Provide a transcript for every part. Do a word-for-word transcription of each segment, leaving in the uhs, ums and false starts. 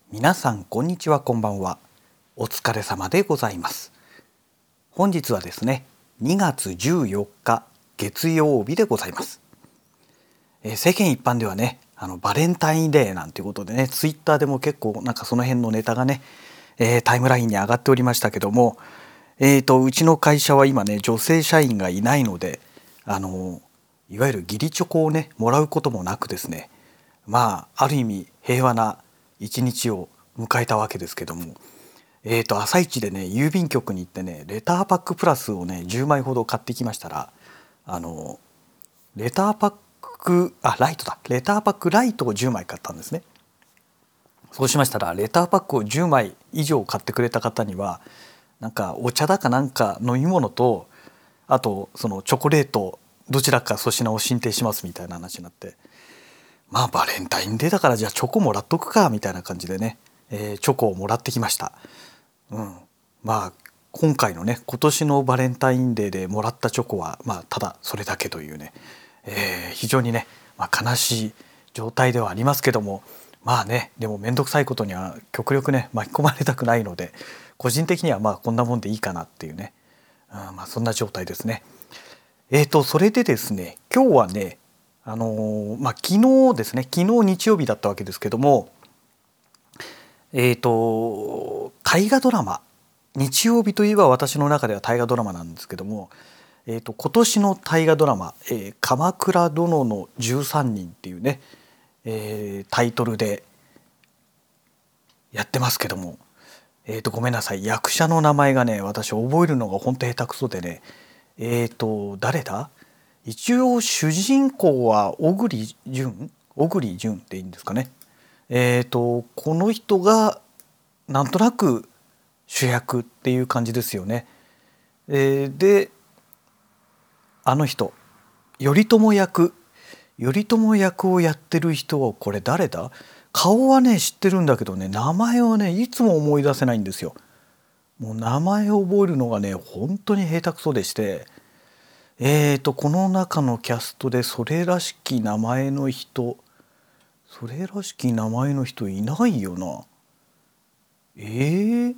皆さんこんにちは、こんばんは。お疲れ様でございます。本日はですねにがつじゅうよっか月曜日でございます。えー世間一般ではねあのバレンタインデーなんていうことでね、ツイッターでも結構なんかその辺のネタがね、えータイムラインに上がっておりましたけども、えーとうちの会社は今ね女性社員がいないので、あのいわゆる義理チョコをねもらうこともなくですね、まあある意味平和な一日を迎えたわけですけども、えーと朝一でね郵便局に行ってねレターパックプラスをねじゅうまいほど買ってきましたら、あのレターパックあライトだレターパックライトをじゅうまい買ったんですね。そうしましたらレターパックをじゅうまい以上買ってくれた方にはなんかお茶だかなんか飲み物と、あとそのチョコレートどちらか粗品を進呈しますみたいな話になって、まあバレンタインデーだからじゃあチョコもらっとくかみたいな感じでね、えーチョコをもらってきました。うん、まあ今回のね今年のバレンタインデーでもらったチョコはまあただそれだけというね、えー非常にね、まあ、悲しい状態ではありますけども、まあねでも面倒くさいことには極力ね巻き込まれたくないので、個人的にはまあこんなもんでいいかなっていうね、うん、まあそんな状態ですね。えーとそれでですね今日はねあのーまあ昨日ですね昨日日曜日だったわけですけども、えーと大河ドラマ、日曜日といえば私の中では大河ドラマなんですけども、えーと今年の大河ドラマ「えー鎌倉殿のじゅうさんにん」っていうね、えータイトルでやってますけども、えーとごめんなさい、役者の名前がね私覚えるのが本当下手くそでね、えーと誰だ、一応主人公は小栗旬小栗旬っていいんですかね。えーとこの人がなんとなく主役っていう感じですよね。えーであの人頼朝役頼朝役をやってる人はこれ誰だ、顔はね知ってるんだけどね名前はねいつも思い出せないんですよ。もう名前を覚えるのがね本当に下手くそでして、えーとこの中のキャストでそれらしき名前の人それらしき名前の人いないよな。えー、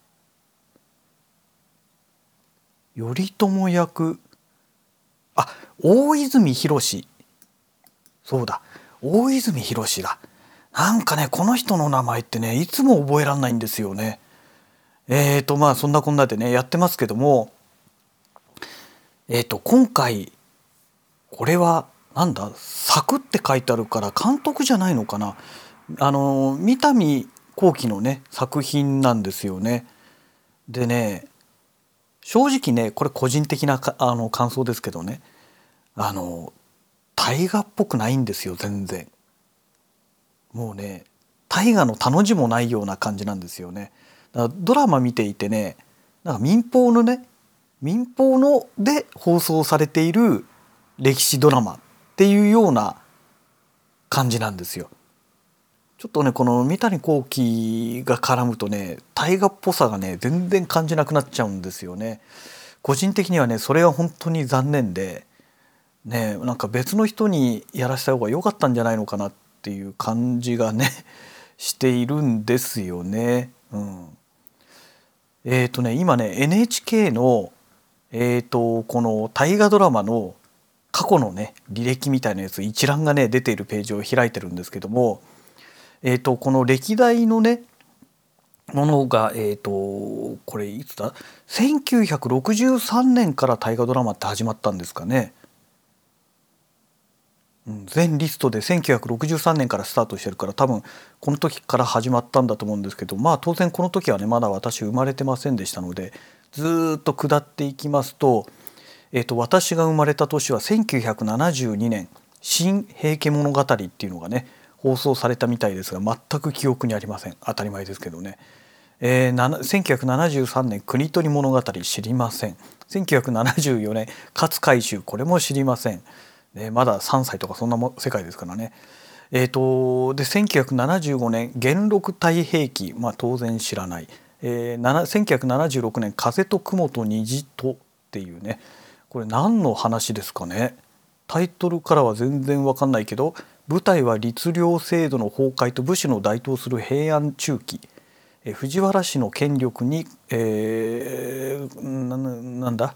頼朝役、あ、大泉洋、そうだ大泉洋だ。なんかねこの人の名前ってねいつも覚えらんないんですよね。えーとまあそんなこんなでねやってますけども、えーと今回これはなんだ作って書いてあるから監督じゃないのかな、あの三谷幸喜のね作品なんですよね。でね正直ねこれ個人的なかあの感想ですけどね、あの大河っぽくないんですよ全然。もうね大河の田の字もないような感じなんですよね。だからドラマ見ていてね、なんか民放のね民放ので放送されている歴史ドラマっていうような感じなんですよ。ちょっとねこの三谷幸喜が絡むとね大河っぽさがね全然感じなくなっちゃうんですよね。個人的にはねそれが本当に残念でね、なんか別の人にやらせた方が良かったんじゃないのかなっていう感じがねしているんですよね。うん、えっ、とね今ね エヌエイチケー のえっ、とこの大河ドラマの過去のね履歴みたいなやつ一覧がね出ているページを開いてるんですけども、えっ、とこの歴代のねものがえっ、とこれいつだせんきゅうひゃくろくじゅうさんねんから大河ドラマって始まったんですかね。うん、全リストでせんきゅうひゃくろくじゅうさんねんからスタートしてるから多分この時から始まったんだと思うんですけど、まあ当然この時はねまだ私生まれてませんでしたので、ずーっと下っていきますと、えー、と私が生まれた年はせんきゅうひゃくななじゅうにねん「新平家物語」っていうのがね放送されたみたいですが全く記憶にありません。当たり前ですけどね。えー、ななせんきゅうひゃくななじゅうさんねん国盗り物語知りません。せんきゅうひゃくななじゅうよねん勝海舟これも知りません。ね、まださんさいとかそんなも世界ですからね。えー、とでせんきゅうひゃくななじゅうごねん元禄太平記、まあ、当然知らない、えー、ななせんきゅうひゃくななじゅうろくねん風と雲と虹とっていうね、これ何の話ですかね。タイトルからは全然わかんないけど舞台は律令制度の崩壊と武士の台頭する平安中期、え藤原氏の権力に、えー、な, なんだ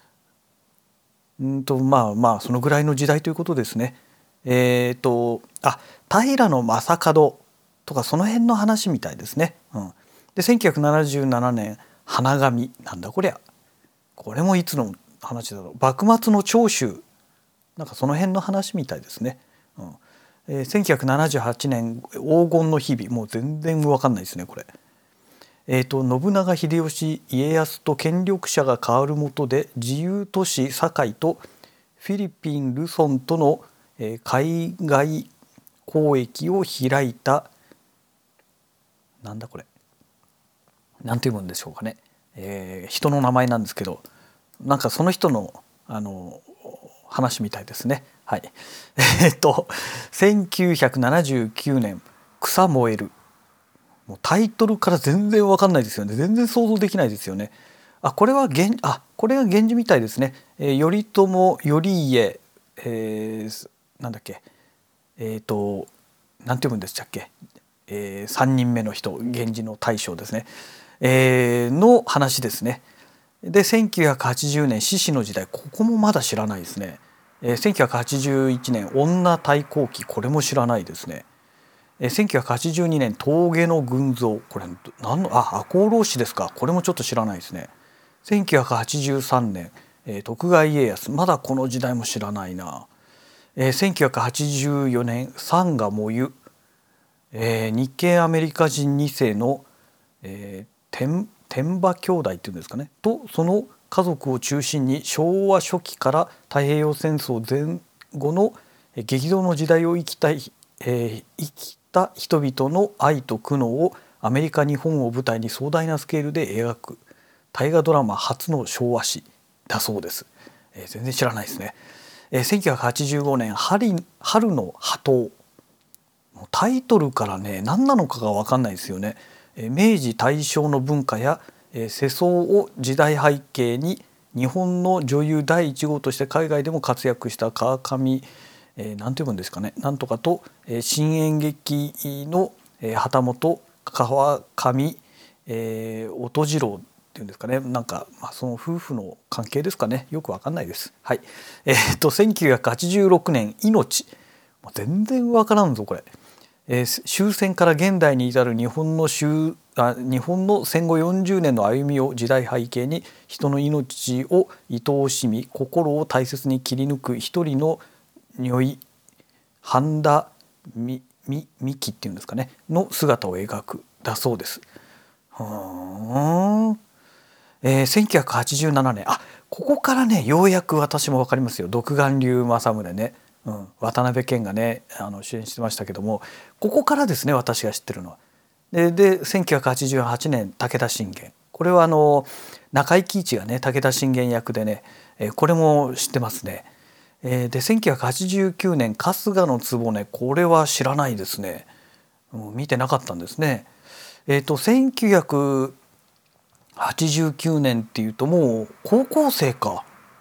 うんとまあまあそのぐらいの時代ということですね。えっ、ー、とあ平将門とかその辺の話みたいですね。うん、でせんきゅうひゃくななじゅうななねん花紙なんだこりゃこれもいつの話だろう幕末の長州なんかその辺の話みたいですね。うんえー、せんきゅうひゃくななじゅうはちねん黄金の日々もう全然分かんないですねこれ。えーと、信長秀吉家康と権力者が変わる下で自由都市堺とフィリピンルソンとの、えー、海外交易を開いたなんだこれなんて読むんでしょうかね、えー、人の名前なんですけどなんかその人のあの話みたいですね。はい、えっとせんきゅうひゃくななじゅうきゅうねん草燃えるもうタイトルから全然わかんないですよね。全然想像できないですよね。あこれは源あこれが源氏みたいですね。えー、頼朝頼家、えー、なんだっけえっ、ー、となんて読むんでしたっけ、えー、さんにんめの人源氏の大将ですね、えー、の話ですね。でせんきゅうひゃくはちじゅうねん獅子の時代ここもまだ知らないですね。えー、せんきゅうひゃくはちじゅういちねん女対抗期これも知らないですね。せんきゅうひゃくはちじゅうにねん峠の群像これ何のあ赤穂浪士ですかこれもちょっと知らないですね。せんきゅうひゃくはちじゅうさんねん、えー、徳川家康まだこの時代も知らないな。えー、せんきゅうひゃくはちじゅうよねん三賀茂湯、えー、日系アメリカ人に世の、えー、天天馬兄弟っていうんですかねとその家族を中心に昭和初期から太平洋戦争前後の激動の時代を生きたい、えー、生きた人々の愛と苦悩をアメリカ日本を舞台に壮大なスケールで描く大河ドラマ初の昭和史だそうです。えー、全然知らないですね。えー、せんきゅうひゃくはちじゅうごねん 春, 春の波頭タイトルからね何なのかが分かんないですよね。えー、明治大正の文化や、えー、世相を時代背景に日本の女優第一号として海外でも活躍した川上えー、なんて読むんですかねなんとかと、えー、新演劇の、えー、旗本川上、えー、音次郎っていうんですかねなんか、まあ、その夫婦の関係ですかねよくわかんないです。はい、えー、っとせんきゅうひゃくはちじゅうろくねん命もう全然わからんぞこれ、えー、終戦から現代に至る日本の終あ日本の戦後よんじゅうねんの歩みを時代背景に人の命を愛おしみ心を大切に切り抜く一人の如意半田美紀っていうんですかねの姿を描くだそうです。ふーん、えー、せんきゅうひゃくはちじゅうななねんあここからねようやく私も分かりますよ。独眼竜政宗ね、うん、渡辺謙がねあの主演してましたけどもここからですね私が知ってるのは。ででせんきゅうひゃくはちじゅうはちねん武田信玄これはあの中井貴一がね武田信玄役でね、えー、これも知ってますね。でせんきゅうひゃくはちじゅうきゅうねん春日の局これは知らないですね。見てなかったんですね。えっ、ー、とせんきゅうひゃくはちじゅうきゅうねんっていうともう高校生か。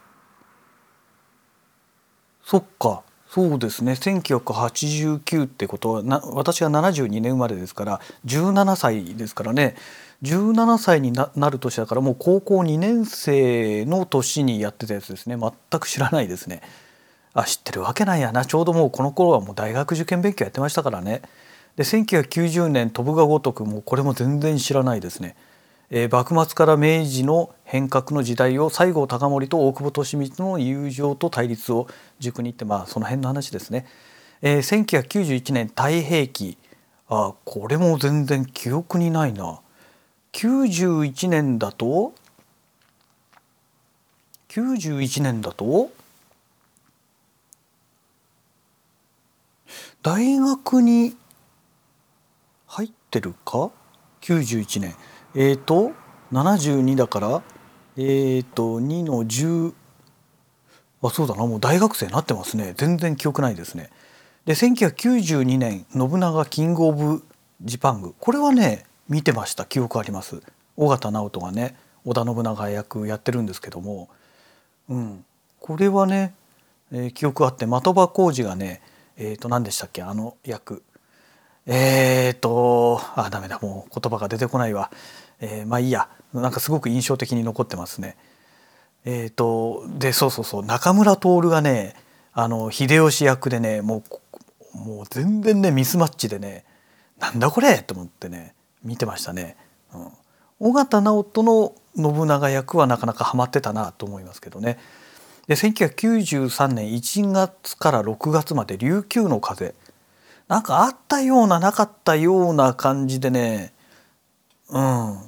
そっかそうですねせんきゅうひゃくはちじゅうきゅうってことはな私がななじゅうにねん生まれですからじゅうななさいですからねじゅうななさいに な, なる年だからもう高校にねん生の年にやってたやつですね。全く知らないですね。あ知ってるわけないやなちょうどもうこの頃はもう大学受験勉強やってましたからね。でせんきゅうひゃくきゅうじゅうねん飛ぶが如くもうこれも全然知らないですね。えー、幕末から明治の変革の時代を西郷隆盛と大久保利通の友情と対立を軸にってまあその辺の話ですね。えー、せんきゅうひゃくきゅうじゅういちねん太平記あこれも全然記憶にないな。きゅうじゅういちねんだときゅうじゅういちねんだと大学に入ってるかきゅうじゅういちねんえっ、ー、とななじゅうにだからえっ、ー、とにのじゅうあそうだなもう大学生になってますね。全然記憶ないですね。でせんきゅうひゃくきゅうじゅうにねん信長キングオブジパングこれはね見てました記憶あります。緒方直人がね織田信長役やってるんですけども、うん、これはね、えー、記憶あって的場浩司がねえっと何でしたっけ、あの役。えっとあダメだ、もう言葉が出てこないわ。えー、まあいいや、なんかすごく印象的に残ってますね。えっとでそうそうそう、中村徹がね、あの秀吉役でね、もうもう全然ねミスマッチでね、なんだこれと思ってね見てましたね。うん、緒方直人の信長役はなかなかハマってたなと思いますけどね。でせんきゅうひゃくきゅうじゅうさんねんいちがつからろくがつまで琉球の風、なんかあったようななかったような感じでね、うん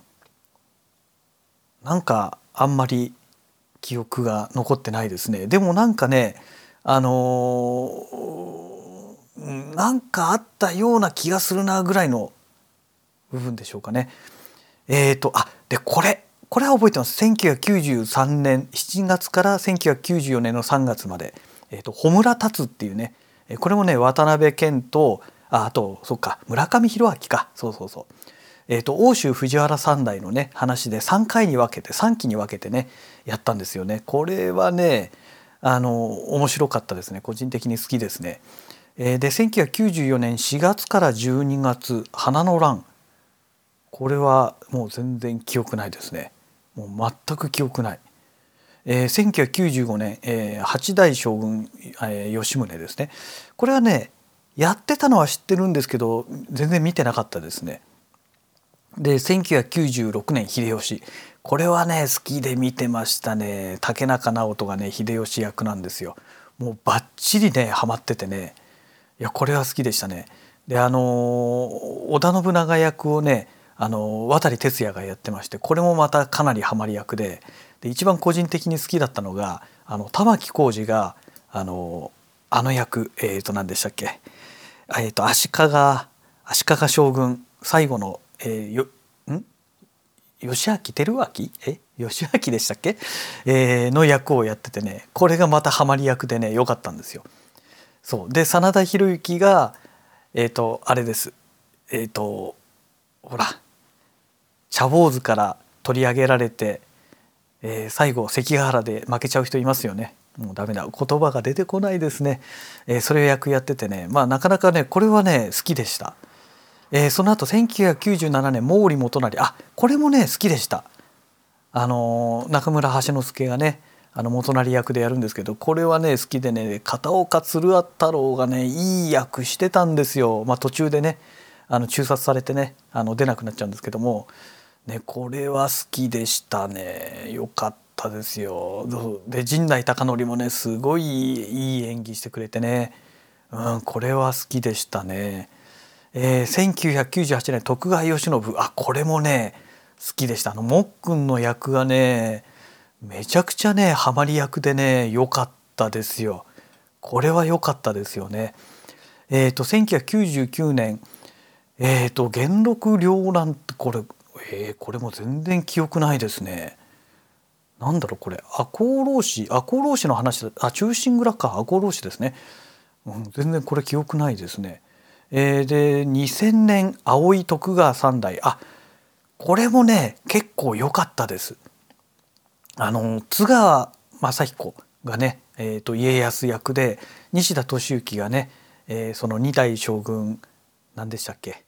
なんかあんまり記憶が残ってないですね。でもなんかね、あのーなんかあったような気がするなぐらいの部分でしょうかね。えーとあでこれこれは覚えてます。せんきゅうひゃくきゅうじゅうさんねんしちがつからせんきゅうひゃくきゅうじゅうよねんのさんがつまで、えーと穂村達っていうね、これもね渡辺謙とああとそっか村上弘明か、そうそうそう、えーと奥州藤原三代のね話でさんかいに分けてさんきに分けてねやったんですよね。これはねあの面白かったですね。個人的に好きですね。えーでせんきゅうひゃくきゅうじゅうよねんしがつからじゅうにがつ花の乱、これはもう全然記憶ないですね。もう全く記憶ない。えー、せんきゅうひゃくきゅうじゅうごねん、えー、八代将軍、えー、吉宗ですね。これはねやってたのは知ってるんですけど全然見てなかったですね。でせんきゅうひゃくきゅうじゅうろくねん秀吉、これはね好きで見てましたね。竹中直人がね秀吉役なんですよ。もうバッチリねハマっててね、いやこれは好きでしたね。であの織田信長役をねあの渡哲也がやってまして、これもまたかなりハマり役で、で一番個人的に好きだったのがあの玉置浩二があのあの役、えー、と何でしたっけ、えー、と足利足利将軍最後の、えー、よん義明照明え義明でしたっけ、えー、の役をやっててね、これがまたハマり役でね良かったんですよ。そうで真田広之がえっ、とあれですえっ、とほら茶坊主から取り上げられて、えー最後関ヶ原で負けちゃう人いますよね。もうダメだ、言葉が出てこないですね。えーそれを役やっててね、まあなかなかねこれはね好きでした。えーその後せんきゅうひゃくきゅうじゅうななねん毛利元就、あこれもね好きでした。あのー中村橋之助がねあの元就役でやるんですけど、これはね好きでね、片岡鶴太郎がねいい役してたんですよ。まあ途中でねあの中殺されてねあの出なくなっちゃうんですけども、ね、これは好きでしたね。よかったですよ。で陣内孝則もねすごいいい演技してくれてね、うん、これは好きでしたね。えー、せんきゅうひゃくきゅうじゅうはちねん徳川慶喜、あこれもね好きでした。あのもっくんの役がねめちゃくちゃねハマり役でね良かったですよ。これは良かったですよね。えっ、とせんきゅうひゃくきゅうじゅうきゅうねんえっ、と元禄両乱ってこれ、えー、これも全然記憶ないですね。なんだろうこれ、赤穂浪士赤穂浪士の話だ、あ忠臣蔵か、赤穂浪士ですね、うん、全然これ記憶ないですね。えー、でにせんねん葵井徳川三代、あこれもね結構良かったです。あの津川雅彦がね、えー、と家康役で西田敏行がね、えーその二代将軍何でしたっけ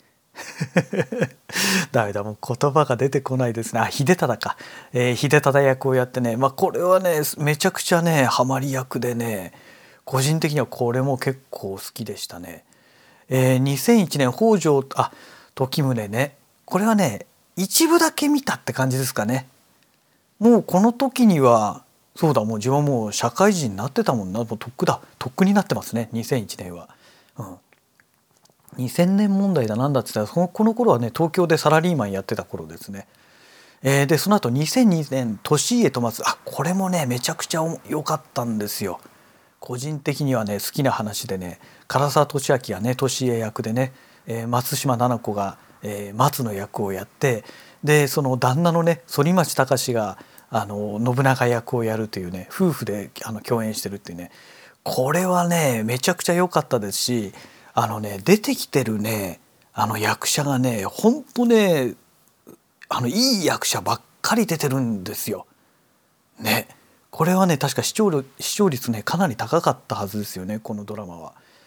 ダメだもう言葉が出てこないですね。あ秀忠か、えー秀忠役をやってね、まあこれはねめちゃくちゃねハマり役でね、個人的にはこれも結構好きでしたね。えーにせんいちねん北条あ時宗ね、これはね一部だけ見たって感じですかね。もうこの時にはそうだ、もう自分はもう社会人になってたもんな、もうとっくだとっくになってますねにせんいちねんは。うん、にせんねん問題だなんだって言ったらこの頃はね東京でサラリーマンやってた頃ですね。えー、でその後にせんにねん利家と松、あこれもねめちゃくちゃ良かったんですよ。個人的にはね好きな話でね、唐沢寿明がね利家役でね、えー松島菜々子が、えー松の役をやって、でその旦那のね反町隆史があの信長役をやるというね、夫婦であの共演してるっていうね、これはねめちゃくちゃ良かったですし、あのね出てきてるねあの役者がねほんとねあのいい役者ばっかり出てるんですよ。ね、これはね確か視聴率視聴率ねかなり高かったはずですよねこのドラマは。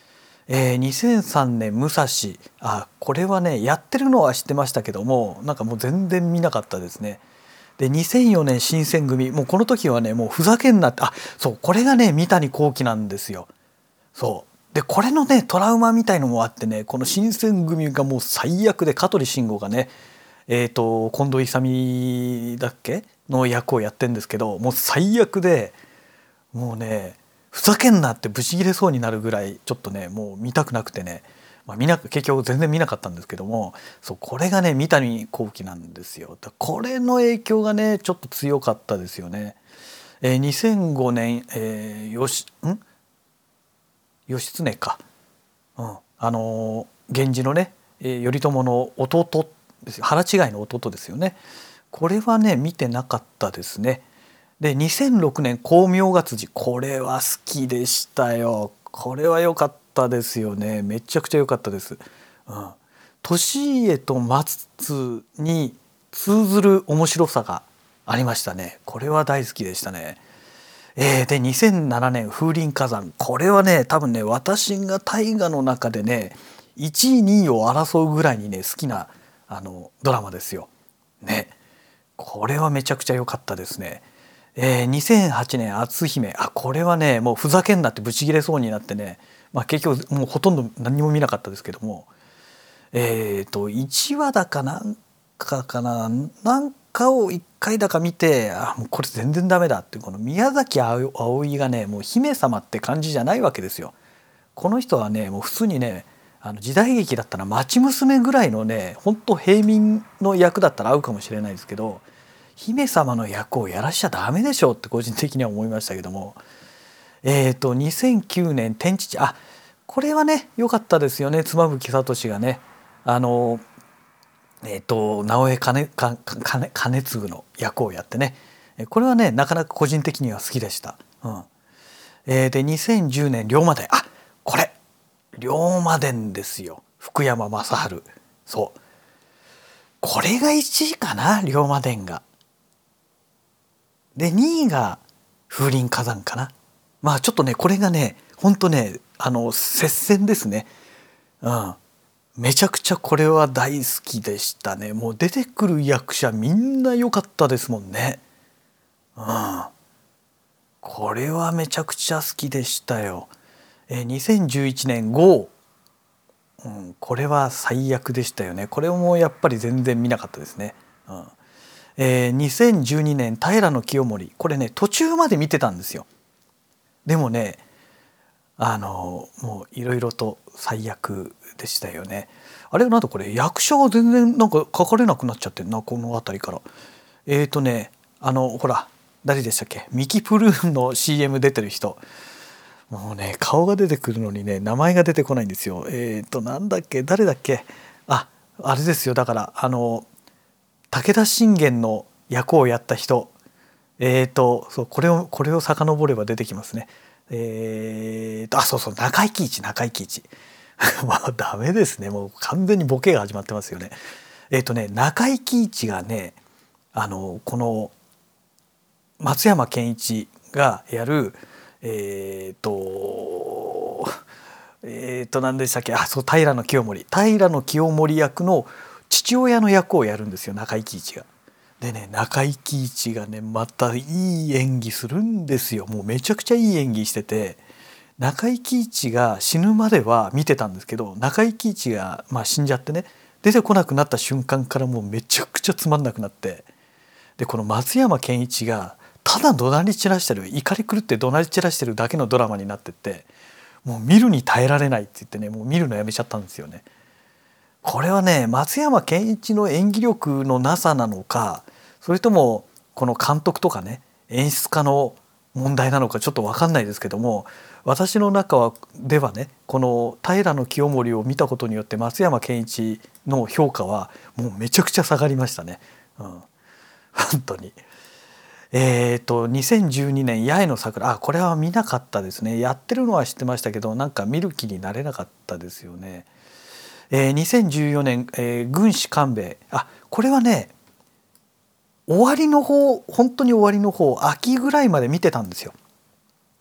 えー、にせんさんねん武蔵、あこれはねやってるのは知ってましたけどもなんかもう全然見なかったですね。でにせんよねん新選組、もうこの時はねもうふざけんなって、あそうこれがね三谷幸喜なんですよ。そうでこれのねトラウマみたいのもあってね、この新選組がもう最悪で、香取慎吾がねえーと近藤勇だっけの役をやってんですけど、もう最悪でもうねふざけんなってブチギレそうになるぐらいちょっとねもう見たくなくてね、まあ、見な結局全然見なかったんですけども、そうこれがね三谷幸喜なんですよ。だこれの影響がねちょっと強かったですよね。えー、にせんごねん、えー、よしん義経か、うん、あのー源氏のね、えー頼朝の弟ですよ、腹違いの弟ですよね。これはね見てなかったですね。でにせんろくねん光明月寺、これは好きでしたよ。これは良かったですよね。めちゃくちゃ良かったです。うん、利家と松に通ずる面白さがありましたね。これは大好きでしたね。えー、でにせんななねん風林火山、これはね多分ね私が大河の中でねいちいにいを争うぐらいにね好きなあのドラマですよ。ねこれはめちゃくちゃ良かったですね。えー、にせんはちねん篤姫、あこれはねもうふざけんなってブチギレそうになってね、まあ、結局もうほとんど何も見なかったですけども、えー、といちわだかなんかかななんかをいっかいだか見て、あもうこれ全然ダメだって、この宮崎あおいがねもう姫様って感じじゃないわけですよ。この人はねもう普通にねあの時代劇だったら町娘ぐらいのね本当平民の役だったら合うかもしれないですけど、姫様の役をやらしちゃダメでしょって個人的には思いましたけども、えー、とにせんきゅうねん天地、あこれはね良かったですよね。妻夫木聡がねあのえー、と直江兼兼兼次の役をやってね、これはねなかなか個人的には好きでした。うんえー、でにせんじゅうねん龍馬伝、あこれ龍馬伝ですよ。福山雅治、そうこれがいちいかな、龍馬伝が。でにいが風林火山かな。まあちょっとねこれがねほんとねあの接戦ですね。うんめちゃくちゃこれは大好きでしたね。もう出てくる役者みんな良かったですもんね。うんこれはめちゃくちゃ好きでしたよ。えー、にせんじゅういちねんゴー、うん、これは最悪でしたよね。これもやっぱり全然見なかったですね。うんえー、にせんじゅうにねん平清盛、これね途中まで見てたんですよ。でもねあのもういろいろと最悪でしたよね。あれなんとこれ役者が全然なんか書かれなくなっちゃってんな、この辺りから。えーとねあのほら誰でしたっけ、ミキプルーンの シーエム 出てる人、もうね顔が出てくるのにね名前が出てこないんですよ。えーとなんだっけ誰だっけ、ああれですよ、だからあの武田信玄の役をやった人、えーとそうこれをこれを遡れば出てきますね。えーとあそうそう中井貴一中井貴一もうダメですね、もう完全にボケが始まってますよね。えっ、とね中井貴一がねあのこの松山ケンイチがやるえっ、とえっ、と何でしたっけ、あそう平清盛平清盛役の父親の役をやるんですよ中井貴一が。でね中井貴一がねまたいい演技するんですよ。もうめちゃくちゃいい演技してて、中井貴一が死ぬまでは見てたんですけど、中井貴一が、まあ、死んじゃってね出てこなくなった瞬間からもうめちゃくちゃつまんなくなって、でこの松山ケンイチがただ怒鳴り散らしてる、怒り狂って怒鳴り散らしてるだけのドラマになってって、もう見るに耐えられないって言ってねもう見るのやめちゃったんですよね。これはね松山ケンイチの演技力のなさなのか、それともこの監督とかね演出家の問題なのかちょっと分かんないですけども、私の中はではねこの平清盛を見たことによって松山ケンイチの評価はもうめちゃくちゃ下がりましたね。うん、本当に。えーとにせんじゅうにねん八重の桜、あこれは見なかったですね。やってるのは知ってましたけどなんか見る気になれなかったですよね。えー、にせんじゅうよねん、えー、軍師官兵衛、あこれはね終わりの方本当に終わりの方秋ぐらいまで見てたんですよ。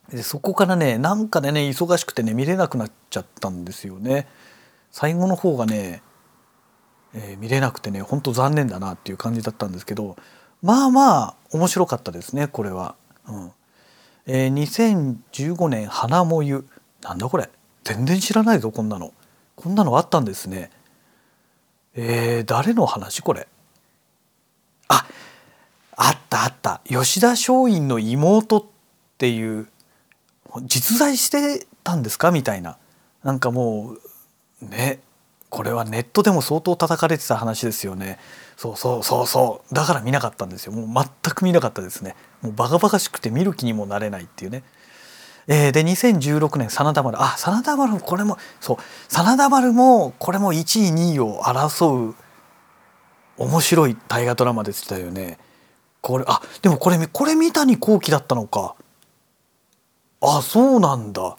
でそこからねなんかでね忙しくてね見れなくなっちゃったんですよね。最後の方がね、えー見れなくてねほんと残念だなっていう感じだったんですけど、まあまあ面白かったですねこれは。うんえーにせんじゅうごねん花もゆ、なんだこれ、全然知らないぞこんなの。こんなのあったんですね。えー、誰の話これ。あ、あったあった、吉田松陰の妹っていう、実在してたんですかみたいな、なんかもうね、これはネットでも相当叩かれてた話ですよね。そうそうそうそう、だから見なかったんですよ。もう全く見なかったですね。もうバカバカしくて見る気にもなれないっていうね。えー、でにせんじゅうろくねん真田丸、あ真田丸、これもそう、真田丸もこれもいちいにいを争う面白い大河ドラマでしたよね。これ、あでもこれこれ三谷幸喜だったのか。あそうなんだ。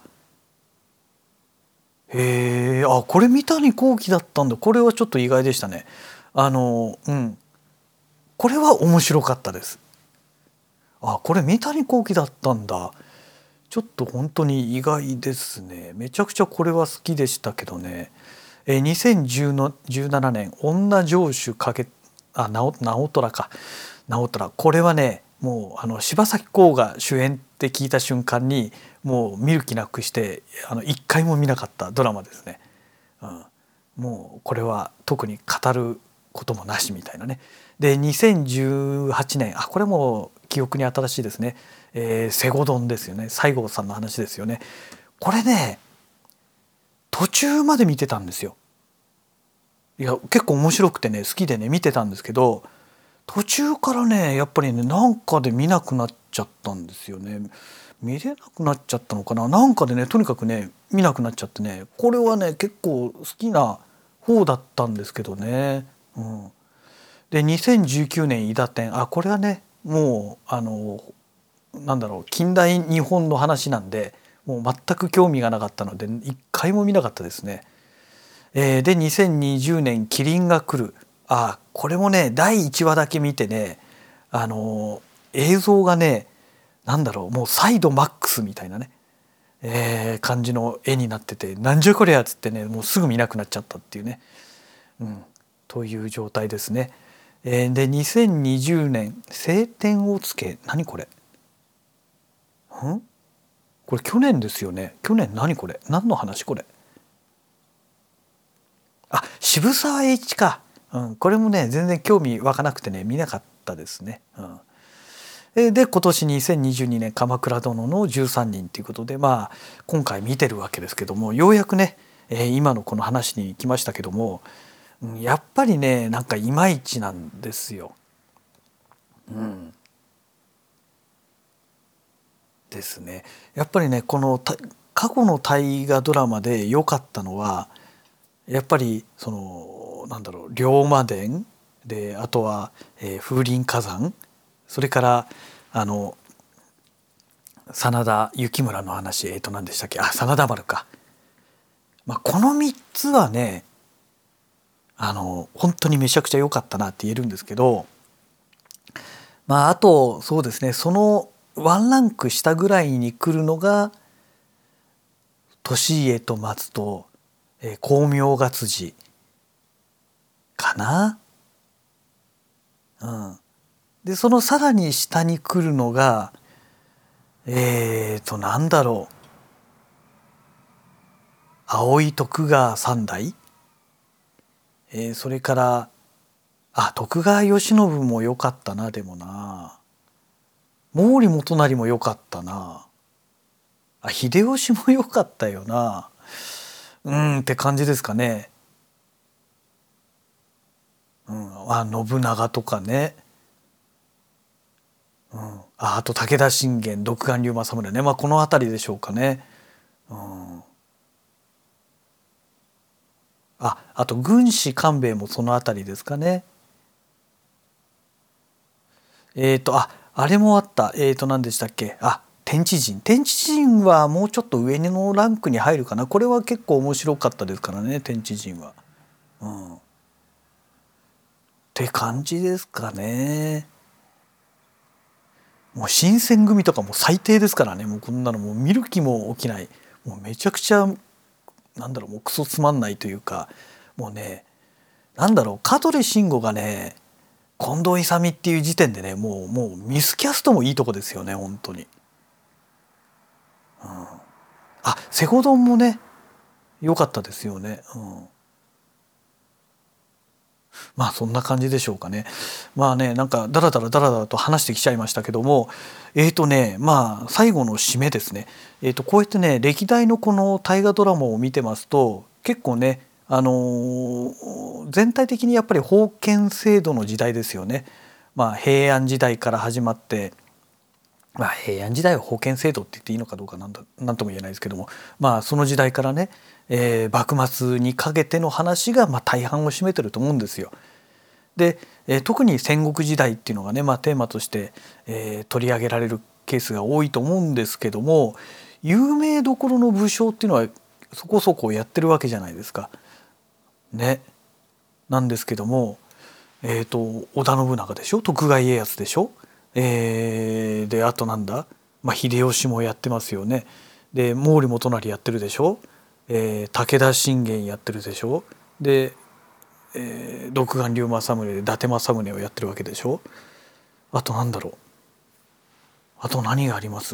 へえ、あこれ三谷幸喜だったんだ。これはちょっと意外でしたね。あのうんこれは面白かったです。あこれ三谷幸喜だったんだ。ちょっと本当に意外ですね。めちゃくちゃこれは好きでしたけどね。えー、にせんじゅうななねん女城主かけあ直直虎か直虎、これはねもうあの柴咲コウが主演って聞いた瞬間にもう見る気なくしてあの一回も見なかったドラマですね。うん、もうこれは特に語ることもなしみたいなね。でにせんじゅうはちねん、あこれも記憶に新しいですね。えー、西郷どんですよね。西郷さんの話ですよね。これね途中まで見てたんですよ。いや結構面白くてね好きでね見てたんですけど、途中からねやっぱりねなんかで見なくなっちゃったんですよね。見れなくなっちゃったのかな、なんかでねとにかくね見なくなっちゃってね、これはね結構好きな方だったんですけどね。うん、でにせんじゅうきゅうねん伊達天、あこれはねもうあのなんだろう近代日本の話なんでもう全く興味がなかったので一回も見なかったですね。えーでにせんにじゅうねんキリンが来る、あこれもねだいいちわだけ見てね、あの映像がねなんだろうもうサイドマックスみたいなね、えー感じの絵になってて、なんじゃこりゃっつってねもうすぐ見なくなっちゃったっていうね、うん、という状態ですね。えーでにせんにじゅうねん青天を衝け、何これ、んこれ去年ですよね。去年何これ、何の話これ、あ渋沢栄一か、うん、これもね全然興味湧かなくてね見なかったですね。うんえで今年にせんにじゅうにねん「鎌倉殿のじゅうさんにん」ということで、まあ今回見てるわけですけども、ようやくね、えー今のこの話に来ましたけども、うんやっぱりねなんかいまいちなんですよ。うん、ですね。やっぱりねこのた過去の大河ドラマで良かったのはやっぱりそのなんだろう龍馬伝で、あとは、えー風林火山、それからあの真田幸村の話、えっ、と何でしたっけ、あ真田丸か、まあ、このみっつはねあの本当にめちゃくちゃ良かったなって言えるんですけど、まああとそうですねそのワンランク下ぐらいに来るのが利家と松と、えー、光明月次かな。うん、でそのさらに下に来るのがえーとなんだろう、葵徳川三代、えーそれからあ徳川慶喜も良かったな、でもな毛利元就も良かったなあ、秀吉も良かったよな、うんって感じですかね。うん、あ信長とかね、うん、ああと武田信玄独眼竜政宗ね、まあこの辺りでしょうかね。うん、ああと軍師官兵衛もその辺りですかね。えっ、とああれもあった、えっ、と何でしたっけ、あ天地人、天地人はもうちょっと上のランクに入るかな。これは結構面白かったですからね天地人は。うん、って感じですかね。 もう新選組とかも最低ですからね。もうこんなのもう見る気も起きない、もうめちゃくちゃなんだろう、もうクソつまんないというか、もうね、なんだろう、香取慎吾がね近藤勇っていう時点でね、もうもうミスキャストもいいとこですよね本当に。うん、あ、セゴドンもね良かったですよね。うん、まあそんな感じでしょうかね。まあね、なんかダラダラダラダラと話してきちゃいましたけども、えーとねまあ最後の締めですね。えーとこうやってね歴代のこの大河ドラマを見てますと結構ね、あのー全体的にやっぱり封建制度の時代ですよね。まあ平安時代から始まって、まあ、平安時代は封建制度って言っていいのかどうかなんだなんとも言えないですけども、まあその時代からね、えー幕末にかけての話がまあ大半を占めてると思うんですよ。で、えー特に戦国時代っていうのがね、まあ、テーマとして、えー取り上げられるケースが多いと思うんですけども、有名どころの武将っていうのはそこそこやってるわけじゃないですか。ね。なんですけども、えーと織田信長でしょ、徳川家康でしょ、えーであとなんだ、まあ、秀吉もやってますよね。で毛利元就やってるでしょ、えー武田信玄やってるでしょ、で、えー独眼竜政宗で伊達政宗をやってるわけでしょ。あとなんだろう、あと何があります？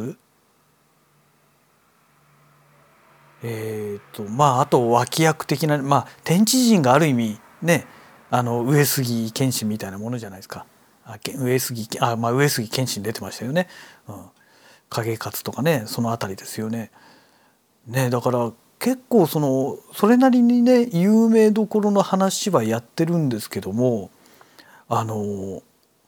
えーとまああと脇役的な、まあ天地人がある意味ね、あの上杉謙信みたいなものじゃないですか。あけ上杉あ、まあ、上杉謙信出てましたよね。うん、景勝とかね、そのあたりですよね。ね、だから結構そのそれなりにね有名どころの話はやってるんですけども、あの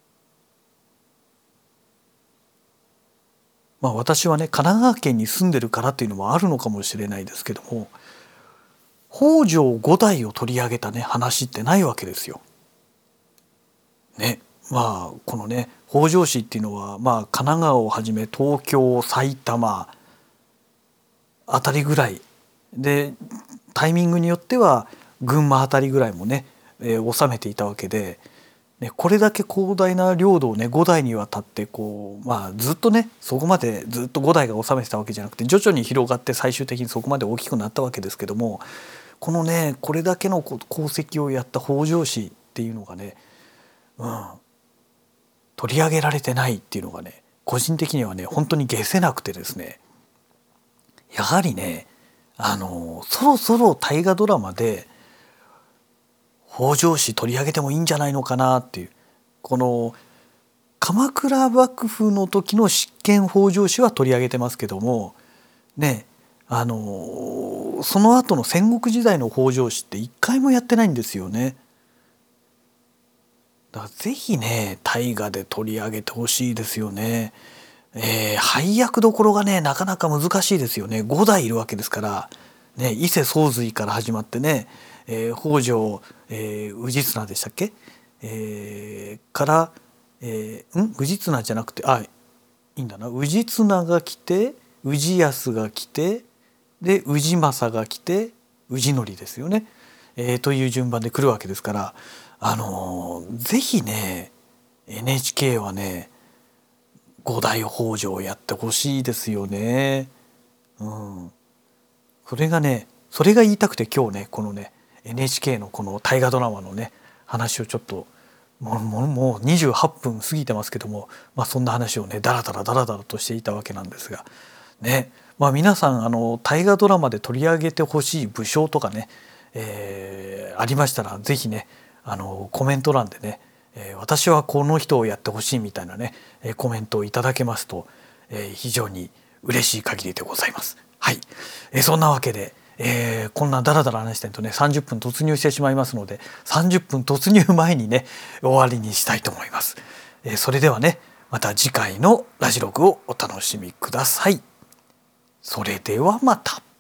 まあ私はね神奈川県に住んでるからっていうのもあるのかもしれないですけども、北条五代を取り上げたね話ってないわけですよ。ね、まあこのね北条氏っていうのはまあ神奈川をはじめ東京埼玉あたりぐらいで、タイミングによっては群馬あたりぐらいもね、えー治めていたわけで、ね、これだけ広大な領土をねご代にわたってこう、まあ、ずっとねそこまでずっとご代が治めてたわけじゃなくて徐々に広がって最終的にそこまで大きくなったわけですけども、このねこれだけの功績をやった北条氏っていうのがね、うん、取り上げられてないっていうのがね個人的にはね本当に解せなくてですね、やはりねあのそろそろ大河ドラマで北条氏取り上げてもいいんじゃないのかなっていう、この鎌倉幕府の時の執権北条氏は取り上げてますけどもね、あのその後の戦国時代の北条氏って一回もやってないんですよね。だからぜひね大河で取り上げてほしいですよね。えー、配役どころがねなかなか難しいですよね。ご代いるわけですから、ね、伊勢宗瑞から始まってね、えー、北条、えー、氏綱でしたっけ、えー、から、えー、ん氏綱じゃなくてあいいんだな、氏綱が来て氏康が来てで氏政が来て氏則ですよね、えー、という順番で来るわけですから、あのー、ぜひね エヌエイチケー はね五代北条をやってほしいですよね。うん、それがねそれが言いたくて今日ねこのね エヌエイチケー のこの大河ドラマのね話をちょっともうもうもうにじゅうはっぷん過ぎてますけども、まあ、そんな話をねダラダラダラダラとしていたわけなんですがね、まあ、皆さんあの大河ドラマで取り上げてほしい武将とかね、えー、ありましたらぜひねあのコメント欄でね、えー、私はこの人をやってほしいみたいなねコメントをいただけますと、えー、非常に嬉しい限りでございます。はい、えー、そんなわけで、えー、こんなダラダラ話してるとねさんじゅっぷん突入してしまいますのでさんじゅっぷん突入前にね終わりにしたいと思います。えー、それではねまた次回のラジログをお楽しみください。それではまた。